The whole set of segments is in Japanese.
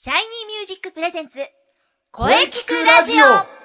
シャイニーミュージックプレゼンツ声聞くラジオ。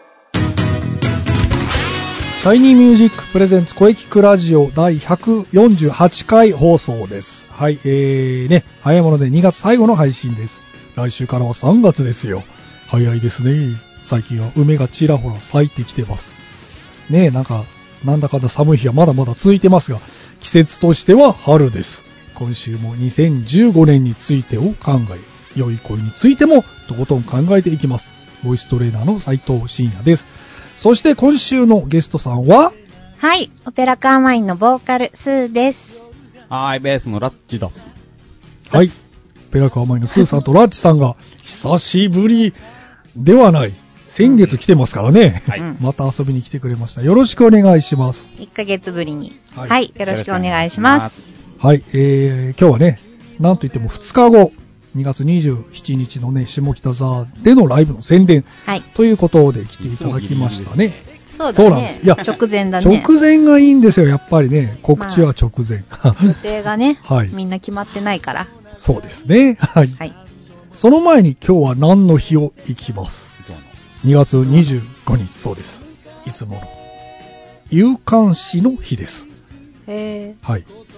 シャイニーミュージックプレゼンツ声聞くラジオ第148回放送です。はい、早いもので2月最後の配信です。来週からは3月ですよ。早いですね。最近は梅がちらほら咲いてきてます。ねえ、なんだかんだ寒い日はまだまだ続いてますが、季節としては春です。今週も2015年についてを考え、良い恋についてもとことん考えていきます。ボイストレーナーの斉藤慎也です。そして今週のゲストさんは、 はい、オペラカーマインのボーカルスーです。 はい、ベースのラッチです。 はい、オペラカーマインのスーさんとラッチさんが久しぶりではない、先月来てますからね、はい、また遊びに来てくれました。よろしくお願いします。 1ヶ月ぶりに、はい、よろしくお願いします。 はい、今日はね、なんといっても2日後2月27日のね、下北沢でのライブの宣伝、はい、ということで来ていただきましたね。 そうだね。そうなんです。いや、直前だね。 直前がいいんですよ、やっぱりね。告知は直前。 予定がね、はい、みんな決まってないから。 そうですね。はい。はい、その前に今日は何の日を行きます。2月25日、そうです。いつもの有刊誌の日です。 へー。 はい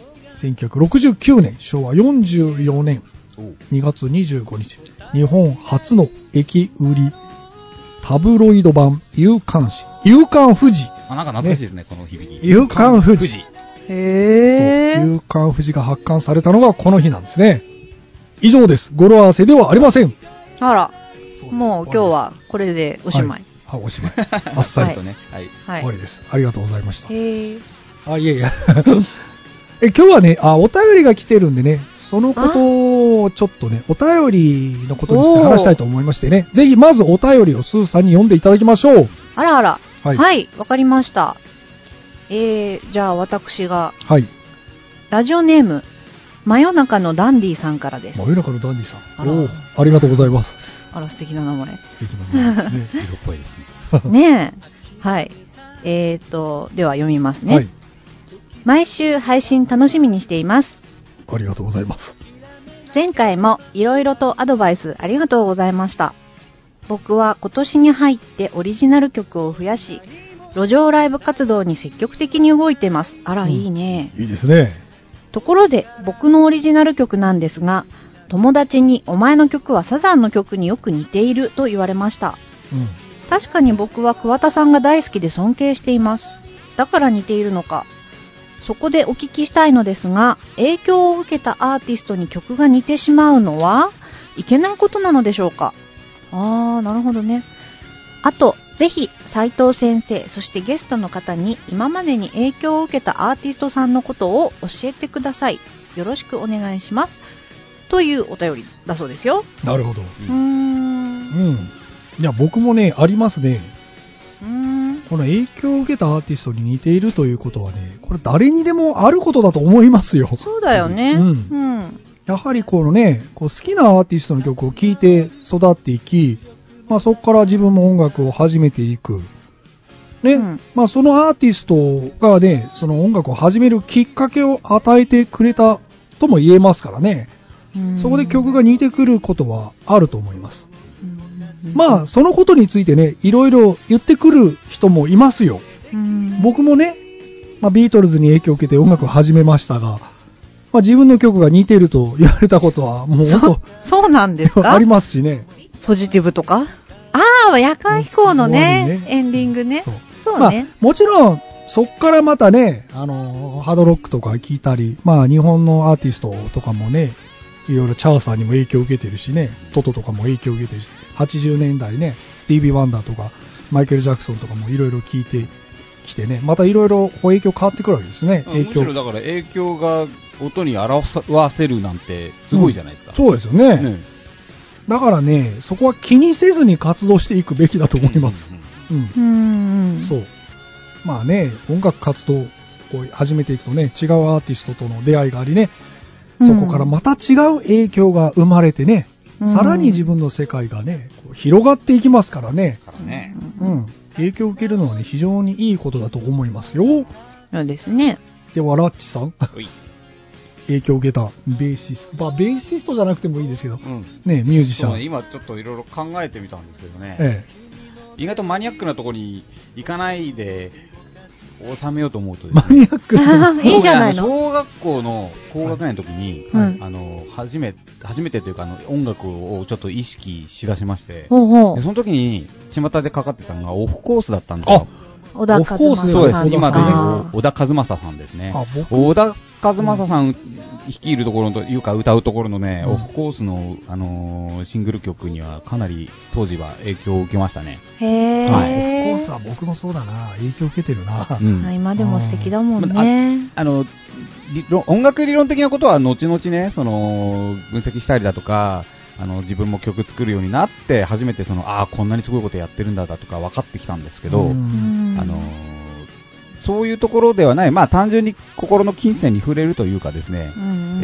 。1969年、昭和44年。2月25日、日本初の駅売りタブロイド版夕刊誌、夕刊富士。 なんか懐かしいですね、この響き。 夕刊富士。 へー。 夕刊富士が発刊されたのがこの日なんですね。以上です。語呂合わせではありません。 あら、もう今日はこれでおしまい。 はい、おしまい。あっさりとね。 はい。 終わりです。ありがとうございました。 へー。 あ、いえいえ。今日はね、お便りが来てるんでね、そのことをちょっとね、お便りのことにして話したいと思いましてね、ぜひまずお便りをスーさんに読んでいただきましょう。 あらあら。はい、わかりました。じゃあ私が、はい。ラジオネーム、真夜中のダンディさんからです。 真夜中のダンディさん。ありがとうございます。 あら、素敵な名前。 素敵な名前ですね。色っぽいですね。 ねえ。はい。では読みますね。はい。毎週配信楽しみにしています。 ありがとうございます。 前回もいろいろとアドバイスありがとうございました。僕は今年に入ってオリジナル曲を増やし、路上ライブ活動に積極的に動いてます。あら、いいね。 いいですね。 ところで僕のオリジナル曲なんですが、友達にお前の曲はサザンの曲によく似ていると言われました。確かに僕は桑田さんが大好きで尊敬しています。だから似ているのか。そこでお聞きしたいのですが、影響を受けたアーティストに曲が似てしまうのはいけないことなのでしょうか。なるほどね。あと、ぜひ斉藤先生、そしてゲストの方に今までに影響を受けたアーティストさんのことを教えてください。よろしくお願いします。というお便りだそうですよ。 なるほど。いや、僕もね、ありますね。この影響を受けたアーティストに似ているということはね、これ誰にでもあることだと思いますよ。 そうだよね。 やはりこのね、好きなアーティストの曲を聴いて育っていき、そこから自分も音楽を始めていく。ね、そのアーティストがね、その音楽を始めるきっかけを与えてくれたとも言えますからね。そこで曲が似てくることはあると思います。そのことについてね、いろいろ言ってくる人もいますよ。僕もね、ビートルズに影響を受けて音楽を始めましたが、自分の曲が似てると言われたことはもうそうなんですか？ ありますしね。 ポジティブとか？夜間飛行のね、エンディングね。そうね。 もちろん、そっからまたね、ハードロックとか聞いたり、日本のアーティストとかもね、いろいろチャーさんにも影響を受けてるしね、トトとかも影響を受けてるし、80年代ね、スティービー・ワンダーとか、マイケル・ジャクソンとかもいろいろ聞いてきてね、またいろいろ影響変わってくるわけですね。 むしろだから影響が音に表わせるなんてすごいじゃないですか。 そうですよね。だからね、そこは気にせずに活動していくべきだと思います。そう。音楽活動を始めていくとね、違うアーティストとの出会いがありね、そこからまた違う影響が生まれてね、さらに自分の世界がね、広がっていきますからね。影響を受けるのはね、非常にいいことだと思いますよ。 そうですね。 では、ラッチさん。 影響を受けたベーシスト、ベーシストじゃなくてもいいですけど、ね、ミュージシャン。 今ちょっといろいろ考えてみたんですけどね、意外とマニアックなところに行かないで収めようと思うとですね、 マニアックいいじゃないの。 小学校の高学年の時に、初めてというか音楽をちょっと意識しだしまして、でその時に巷でかかってたのがオフコースだったんですよ。 小田和正さん。 そうです。今でいう小田和正さんですね。小田和正さん率いるところというか歌うところのね、オフコースのシングル曲にはかなり当時は影響を受けましたね。 へー。 はい。オフコースは僕もそうだな、影響を受けてるな。 今でも素敵だもんね。 音楽理論的なことは後々ね、分析したりだとか、自分も曲作るようになって初めてこんなにすごいことやってるんだとか分かってきたんですけど、そういうところではない、単純に心の金銭に触れるというかですね、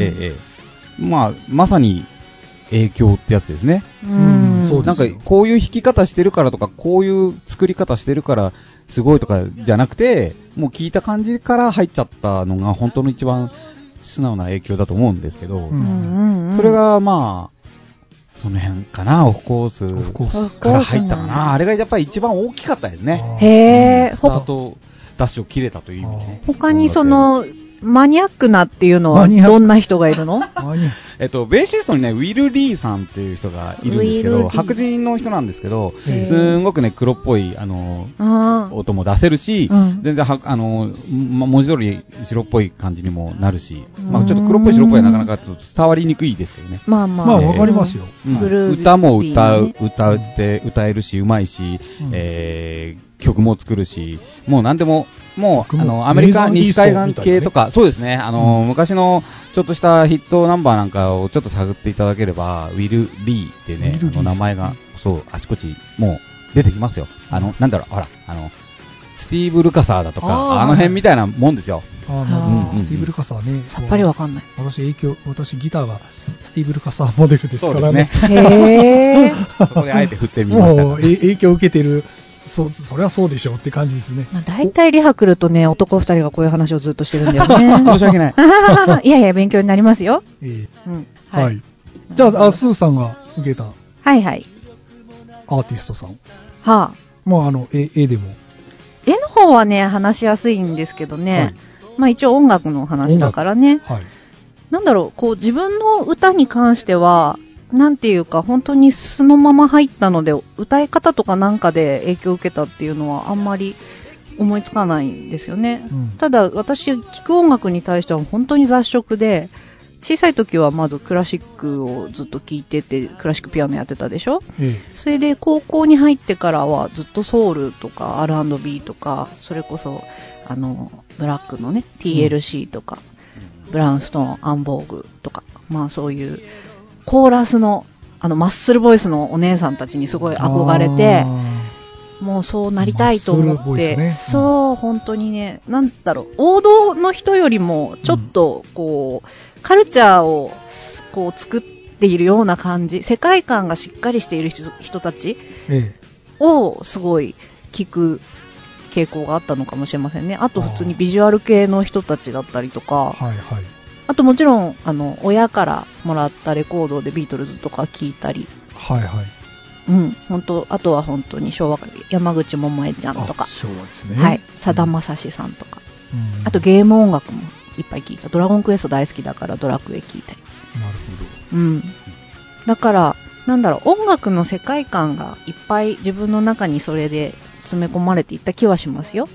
まさに影響ってやつですね。なんかこういう弾き方してるからとか、こういう作り方してるからすごいとかじゃなくて、もう聞いた感じから入っちゃったのが本当の一番素直な影響だと思うんですけど、それがその辺かな、オフコースから入ったかな。あれがやっぱり一番大きかったですね。 へー。 スタートダッシュを切れたという意味でね。 他にマニアックなっていうのはどんな人がいるの？ ベーシストにね、ウィル・リーさんっていう人がいるんですけど、白人の人なんですけど、すんごくね、黒っぽい、音も出せるし、全然文字通り白っぽい感じにもなるし、ちょっと黒っぽい白っぽいはなかなか伝わりにくいですけどね。 わかりますよ。 歌も歌えるし、うまいし、曲も作るし、もう何でも、アメリカ西海岸系とか、そうですね、昔のちょっとしたヒットナンバーなんかをちょっと探っていただければ、ウィル・リーってね、名前が、あちこちもう出てきますよ。なんだろう、ほら、スティーブ・ルカサーだとか、辺みたいなもんですよ。 スティーブ・ルカサーね。 さっぱりわかんない。 私ギターがスティーブ・ルカサーモデルですからね。 へー。 そこであえて振ってみました。 もう影響を受けてる。そりゃそうでしょうって感じですね。 大体リハ来るとね、男二人がこういう話をずっとしてるんだよね。 申し訳ない。 いやいや、勉強になりますよ。 はい。じゃあ、スーさんが受けた。 はいはい。 アーティストさん。 はあ。絵でも。 絵の方はね、話しやすいんですけどね。一応音楽の話だからね。なんだろう、自分の歌に関しては、なんていうか本当にそのまま入ったので、歌い方とかなんかで影響を受けたっていうのはあんまり思いつかないんですよね。ただ私聴く音楽に対しては本当に雑食で、小さい時はまずクラシックをずっと聴いてて、クラシックピアノやってたでしょ。それで高校に入ってからはずっとソウルとか R&B とか、それこそブラックのね TLC とか、ブラウンストーン、アンボーグとか、そういうコーラスのマッスルボイスのお姉さんたちにすごい憧れて、もうそうなりたいと思って、本当にね、なんだろう、王道の人よりもちょっとカルチャーを作っているような感じ、世界観がしっかりしている人たちをすごい聞く傾向があったのかもしれませんね。あと普通にビジュアル系の人たちだったりとか、あともちろん親からもらったレコードでビートルズとか聞いたり、本当、あとは本当に昭和山口百恵ちゃんとか、 昭和ですね。 さだまさしさんとか、あとゲーム音楽もいっぱい聞いた。ドラゴンクエスト大好きだからドラクエ聞いたり。 なるほど。だからなんだろう、音楽の世界観がいっぱい自分の中にそれで詰め込まれていった気はしますよ。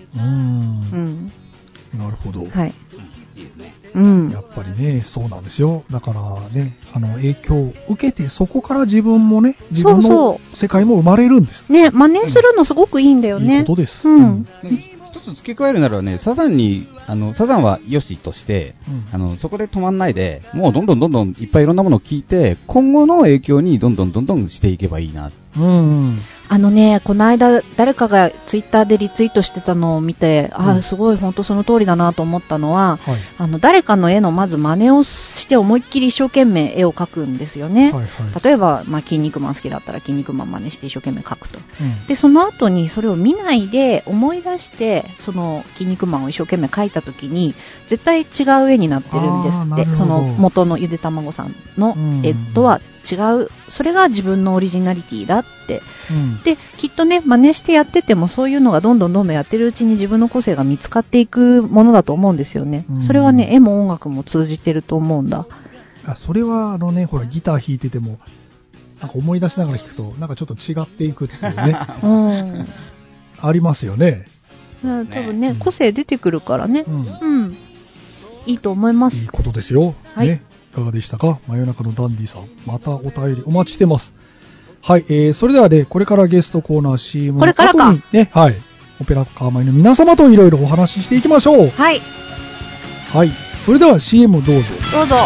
なるほど。 やっぱりね、そうなんですよ。だからね、影響を受けて、そこから自分もね、自分の世界も生まれるんです。 ね、真似するのすごくいいんだよね。 いいことです。 一つ付け加えるならね、サザンは良しとして、そこで止まんないで、もうどんどんいっぱいいろんなものを聞いて、今後の影響にどんどんしていけばいいな。 この間誰かがツイッターでリツイートしてたのを見て、すごい本当その通りだなと思ったのは、誰かの絵のまず真似をして思いっきり一生懸命絵を描くんですよね。例えば、筋肉マン好きだったら筋肉マン真似して一生懸命描くと。で、その後にそれを見ないで思い出して、 その筋肉マンを一生懸命描いた時に絶対違う絵になってるんですって。その元のゆでたまごさんの絵とは違う、それが自分のオリジナリティだって、できっとね真似してやっててもそういうのがどんどんやってるうちに自分の個性が見つかっていくものだと思うんですよね。それはね絵も音楽も通じてると思うんだ。 それはほらギター弾いててもなんか思い出しながら弾くとなんかちょっと違っていくっていうね、ありますよね。 多分ね、個性出てくるからね、いいと思います。 いいことですよ、 はい、 ね。いかがでしたか。真夜中のダンディさん、またお便りお待ちしてます。はい、それではねこれからゲストコーナー CM の後にね、はい、オペラカーマイの皆様といろいろお話ししていきましょう。 はいはい、それでは CM をどうぞ。 どうぞ。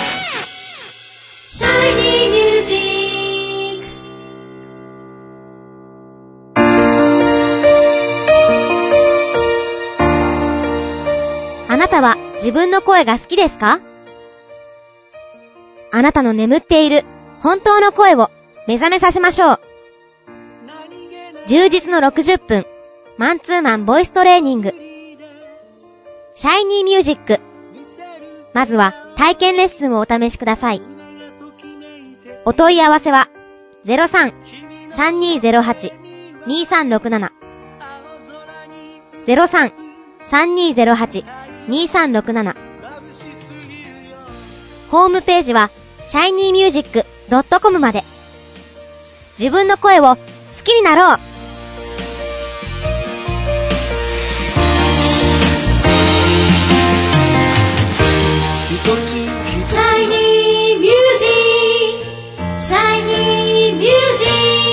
シャイニーミュージック。あなたは自分の声が好きですか？あなたの眠っている本当の声を目覚めさせましょう。充実の60分マンツーマンボイストレーニング、シャイニーミュージック。まずは体験レッスンをお試しください。お問い合わせは 03-3208-2367 03-3208-2367。ホームページは shinymusic.com まで。自分の声を好きになろう。Shiny Music Shiny Music。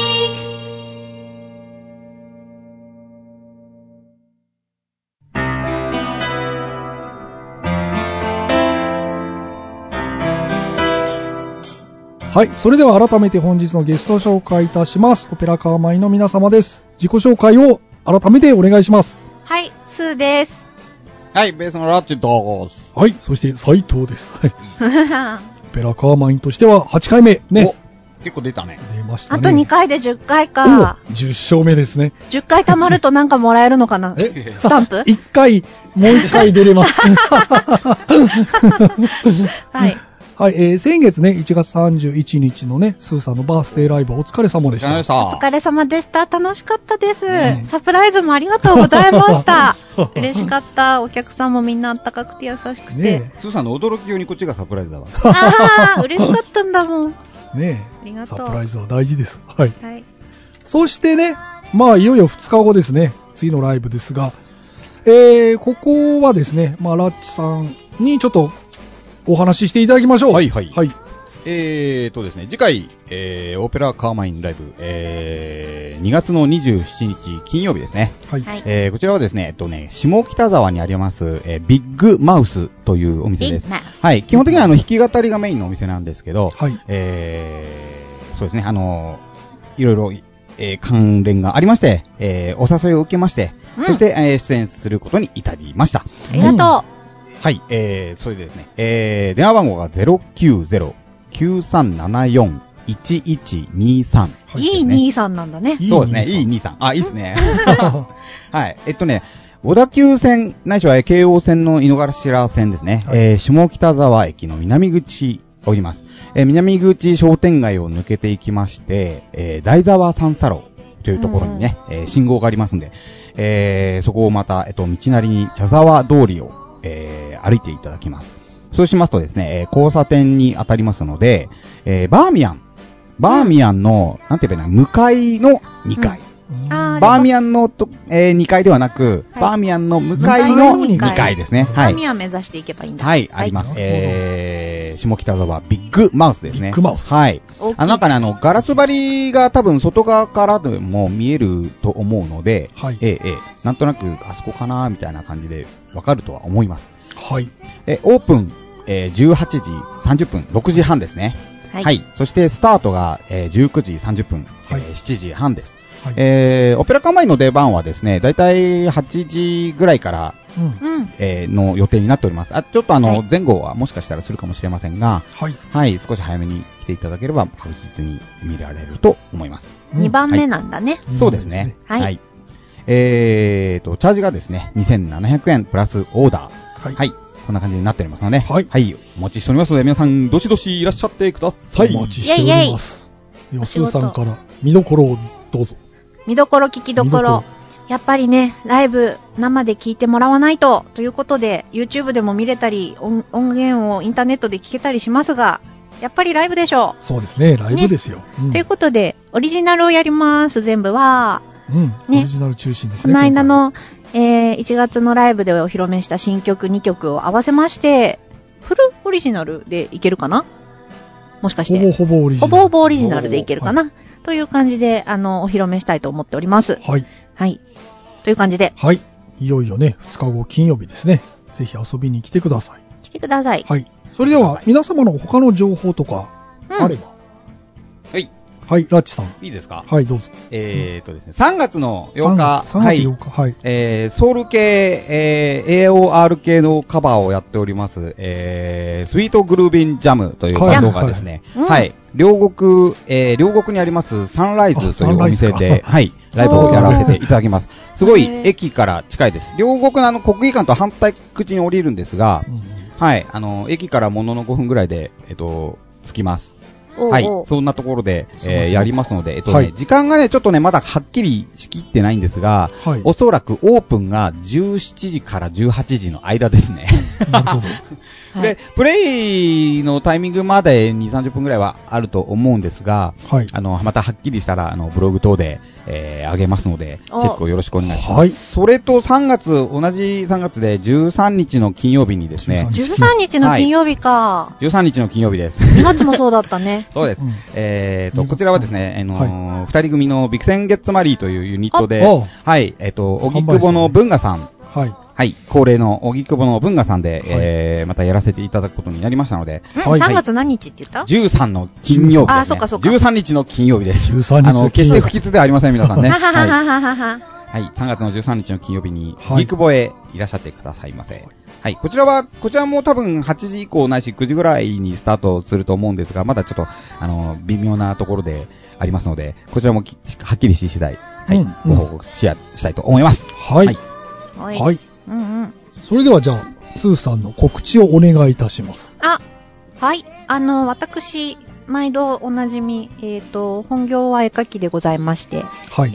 はい、それでは改めて本日のゲストを紹介いたします。オペラカーマイの皆様です。自己紹介を改めてお願いします。 はい、スーです。 はい、ベースのラッチです。 はい、そして斉藤です。はい。オペラカーマインとしては8回目ね。 結構出たね。 出ましたね。 あと2回で10回か。 10勝目ですね。 10回貯まるとなんかもらえるのかな。スタンプ ?1 回、もう1回出れます。 はい。 はい、先月ね、1月31日のね、スーさんのバースデーライブお疲れ様でした。 お疲れ様でした。楽しかったです。サプライズもありがとうございました。嬉しかった。お客さんもみんなあったかくて優しくて。 スーさんの驚きようにこっちがサプライズだわ。 ああ、嬉しかったんだもん。 ねありがとう。 サプライズは大事です。はい。 はい。 そしてね、まあいよいよ2日後ですね、次のライブですが、ここはですね、まあラッチさんにちょっとお話ししていただきましょう。 はいはい。はい。ですね、次回、オペラカーマインライブ、2月の27日金曜日ですね。 はい。 こちらはですね、下北沢にあります、ビッグマウスというお店です。はい。基本的には弾き語りがメインのお店なんですけど、はい。そうですね、いろいろ、関連がありまして、お誘いを受けまして、そして、出演することに至りました。 ありがとう。 はい、それでですね、電話番号が 090-9374-1123、 いい23なんだね。 そうですね、いい23。あ、いいですね。はい、小田急線、ないしは京王線の井の頭線ですね、はい、下北沢駅の南口おります。南口商店街を抜けていきまして、大沢三叉路というところにね、信号がありますんで、そこをまた、道なりに茶沢通りを歩いていただきます。そうしますとですね、交差点に当たりますので、バーミヤンの、なんて言えばいいな、向かいの2階。バーミヤンの2階ではなく、バーミヤンの向かいの2階ですね。 はい。バーミヤン目指していけばいいんだ。 はい、あります。下北沢ビッグマウスですね。 ビッグマウス。 はい。なんかね、ガラス張りが多分外側からでも見えると思うので、はい。なんとなくあそこかなみたいな感じでわかるとは思います。 はい。 オープン、18時30分、6時半ですね。はい。はい。そしてスタートが、19時30分、はい、7時半です。はい、オペラカーマインの出番はですね、だいたい8時ぐらいから、の予定になっております。ちょっとはい、前後はもしかしたらするかもしれませんが、はい。はい、少し早めに来ていただければ確実に見られると思います。 2番目なんだね。 はい、そうですね。 はい。 チャージがですね、2700円プラスオーダー。はい。こんな感じになっておりますので、はい。お待ちしておりますので、皆さん、どしどしいらっしゃってください。 お待ちしております。では、スーさんから見どころをどうぞ。 見どころ、聞きどころ。やっぱりね、ライブ生で聞いてもらわないと、ということで、YouTube でも見れたり、音源をインターネットで聞けたりしますが、やっぱりライブでしょう。 そうですね、ライブですよ。 ということで、オリジナルをやります、全部は。 オリジナル中心ですね。 この間の、1月のライブでお披露目した新曲2曲を合わせまして、フルオリジナルでいけるかな？もしかして。 ほぼオリジナル。 ほぼオリジナルでいけるかな？という感じで、お披露目したいと思っております。 はい。 はい。という感じで。 はい。いよいよね、2日後金曜日ですね。ぜひ遊びに来てください。 来てください。 はい。それでは、皆様の他の情報とか、あれば。 はい。 はい、ラッチさん。 いいですか？ はい、どうぞ。 ですね、3月の8日。 3月8日。はい。 ソウル系、AOR 系のカバーをやっております、スイートグルービンジャムというバンドがですね、はい。両国にありますサンライズというお店で、はい、ライブをやらせていただきます。すごい駅から近いです。両国の国技館と反対口に降りるんですが、はい、駅からものの5分ぐらいで、着きます。はい、そんなところで、やりますので、時間がね、ちょっとね、まだはっきりしきってないんですが、おそらくオープンが17時から18時の間ですね。なるほど。で、プレイのタイミングまで2、30分ぐらいはあると思うんですが、またはっきりしたら、ブログ等で、上げますので、チェックをよろしくお願いします。はい。それと同じ3月で13日の金曜日にですね。 13日の金曜日か。 13日の金曜日です。 2月もそうだったね。 そうです。こちらはですね、二人組のビクセンゲッツマリーというユニットで、はい、荻窪の文雅さん。はい。はい。恒例の荻窪の文雅さんで、またやらせていただくことになりましたので。 3月何日って言った ?13 の金曜日です、ね。 あ、そうかそうか。 13日の金曜日です。 13日決して不吉ではありません、皆さんね。 はははははは。 はい。3月の13日の金曜日に、荻窪へいらっしゃってくださいませ。はい。こちらも多分8時以降ないし9時ぐらいにスタートすると思うんですが、まだちょっと、微妙なところでありますので、こちらもはっきりし次第、はい。ご報告したいと思います。 はい。はい。それではじゃあ、スーさんの告知をお願いいたします。 はい。私、毎度おなじみ、本業は絵描きでございまして、はい。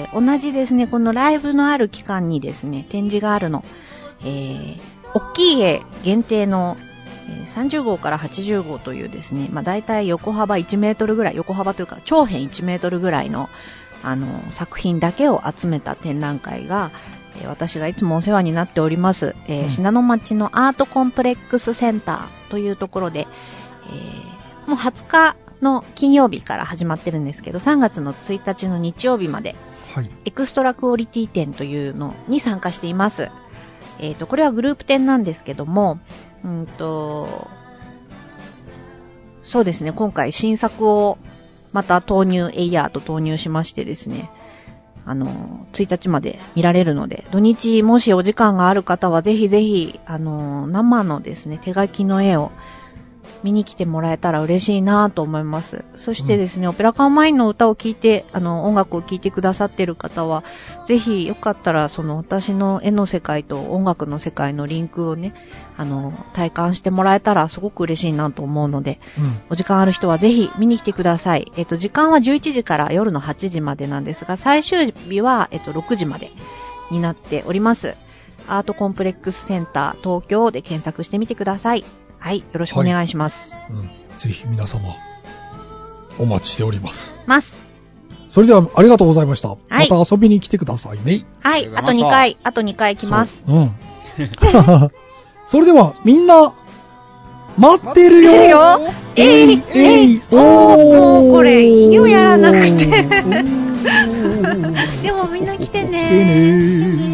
同じですね、このライブのある期間にですね、展示があるの。大きい絵限定の、30号から80号というですね、まあ大体横幅1メートルぐらい、横幅というか長辺1メートルぐらいの、作品だけを集めた展覧会が、私がいつもお世話になっております、信濃町のアートコンプレックスセンターというところで、もう20日の金曜日から始まってるんですけど、3月の1日の日曜日まで、はい、エクストラクオリティ展というのに参加しています。これはグループ展なんですけども、そうですね、今回新作をまたエイヤーと投入しましてですね、1日まで見られるので、土日もしお時間がある方はぜひぜひ、生のですね、手書きの絵を見に来てもらえたら嬉しいなと思います。そしてですね、オペラカーマインの歌を聴いて、音楽を聴いてくださっている方は、ぜひよかったら、私の絵の世界と音楽の世界のリンクをね、体感してもらえたらすごく嬉しいなと思うので、お時間ある人はぜひ見に来てください。時間は11時から夜の8時までなんですが、最終日は、6時までになっております。アートコンプレックスセンター東京で検索してみてください。はい、よろしくお願いします。 ぜひ皆様、お待ちしております。 それではありがとうございました。また遊びに来てくださいね。 はい、あと2回来ます。 それではみんな、待ってるよもうこれ、意をやらなくて。でもみんな来てね。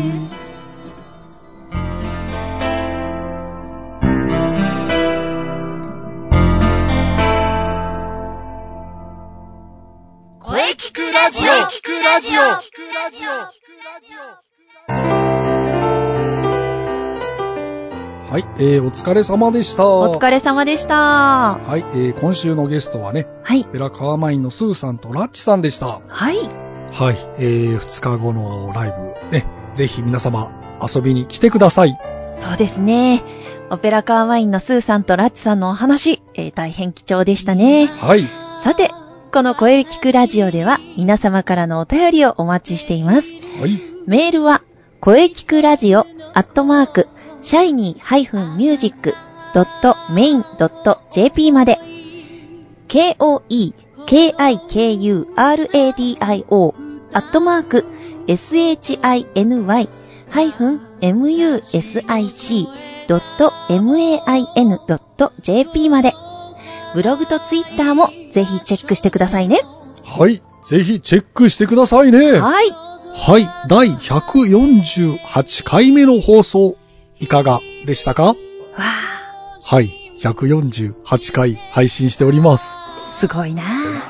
はい、お疲れ様でした。 お疲れ様でした。 はい、今週のゲストはね、 はい、 ペラカーマインのスーさんとラッチさんでした。 はい。 はい、2日後のライブ、ね、ぜひ皆様遊びに来てください。 そうですね。オペラカーワインのスーさんとラッチさんのお話、大変貴重でしたね。 はい。 さて、この声聞くラジオでは皆様からのお便りをお待ちしています。 はい。 メールは、声聞くラジオ@shiny-music.main.jp まで、shiny-music.main.jp まで、ブログとツイッターもぜひチェックしてくださいね。 はい、ぜひチェックしてくださいね。 はい。 はい、第148回目の放送、いかがでしたか？はい、148回配信しております。 すごいな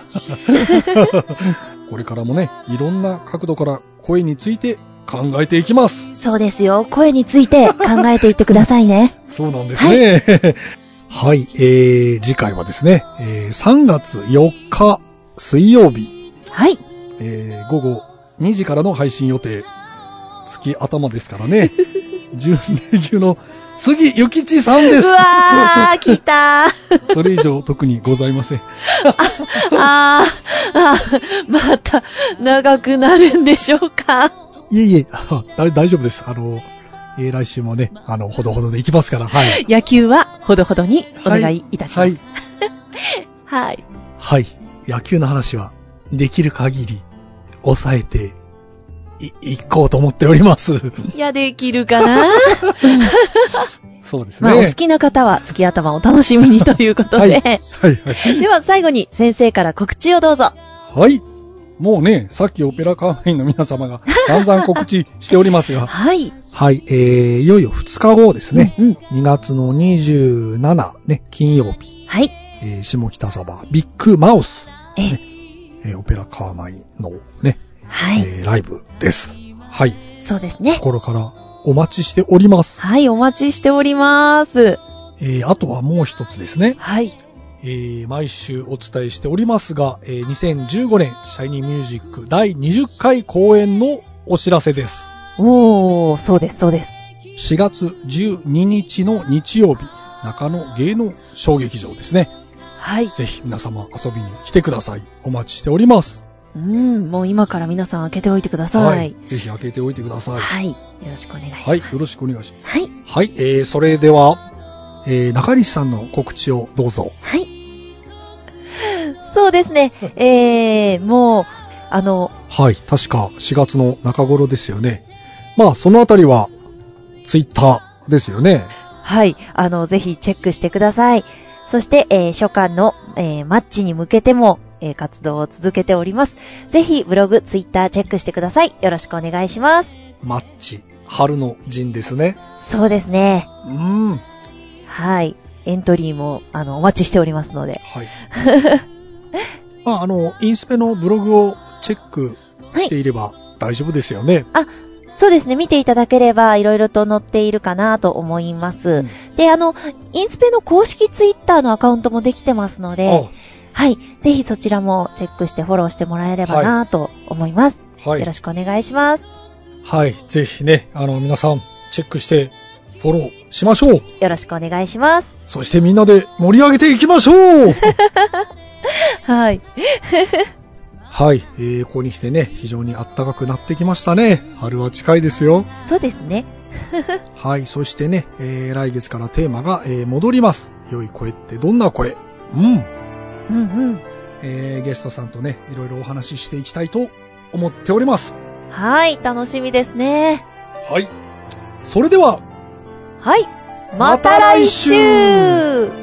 これからもね、いろんな角度から声について考えていきます。 そうですよ。声について考えていってくださいね。 そうなんですね。はい、次回はですね、3月4日水曜日。 はい。 午後2時からの配信予定。月頭ですからね。準レギュの杉ゆきちさんです。 うわー、来たー。 それ以上特にございません。 また長くなるんでしょうか。 いえいえ、大丈夫です。来週もね、ほどほどでいきますから、はい。 野球はほどほどにお願いいたします。はい。はい。 はい。野球の話は、できる限り、抑えて、いこうと思っております。 いや、できるかなそうですね。 まあ、お好きな方は月頭を楽しみにということで。はい。では、最後に先生から告知をどうぞ。 はい。もうね、さっきオペラカーワインの皆様が散々告知しておりますが。 はい。 はい。いよいよ2日後ですね。2月の27ね、金曜日。 はい。 下北沢ビッグマウス。オペラカーワインのね、 はい。 ライブです。はい。 そうですね。 心からお待ちしております。 はい、お待ちしております。 あとはもう一つですね。 はい。 毎週お伝えしておりますが、2015年シャイニーミュージック第20回公演のお知らせです。 おー、そうです、そうです。 4月12日の日曜日、中野芸能小劇場ですね。 はい。 ぜひ皆様遊びに来てください。お待ちしております。 もう今から皆さん開けておいてください。はい。 ぜひ開けておいてください。 はい。よろしくお願いします。 はい。よろしくお願いします。 はい。 はい。それでは、中西さんの告知をどうぞ。 はい。そうですね。もう、 はい。確か4月の中頃ですよね。まあ、そのあたりは、ツイッターですよね。 はい。ぜひチェックしてください。そして、初夏の、マッチに向けても、活動を続けております。ぜひ、ブログ、ツイッターチェックしてください。よろしくお願いします。 マッチ、春の陣ですね。 そうですね。はい。エントリーも、お待ちしておりますので。 はい。まあ、インスペのブログをチェックしていれば大丈夫ですよね。 はい、そうですね。見ていただければ、いろいろと載っているかなと思います。で、インスペの公式ツイッターのアカウントもできてますので、はい。ぜひそちらもチェックしてフォローしてもらえればなと思います。はい。よろしくお願いします。 はい。ぜひね、皆さん、チェックして、フォローしましょう。 よろしくお願いします。 そしてみんなで盛り上げていきましょうはい。 はい。ここに来てね、非常に暖かくなってきましたね。春は近いですよ。 そうですね。 はい。そしてね、来月からテーマが、戻ります。良い声ってどんな声？ゲストさんとね、いろいろお話ししていきたいと思っております。 はい。楽しみですね。 はい。それでは。 はい。また来週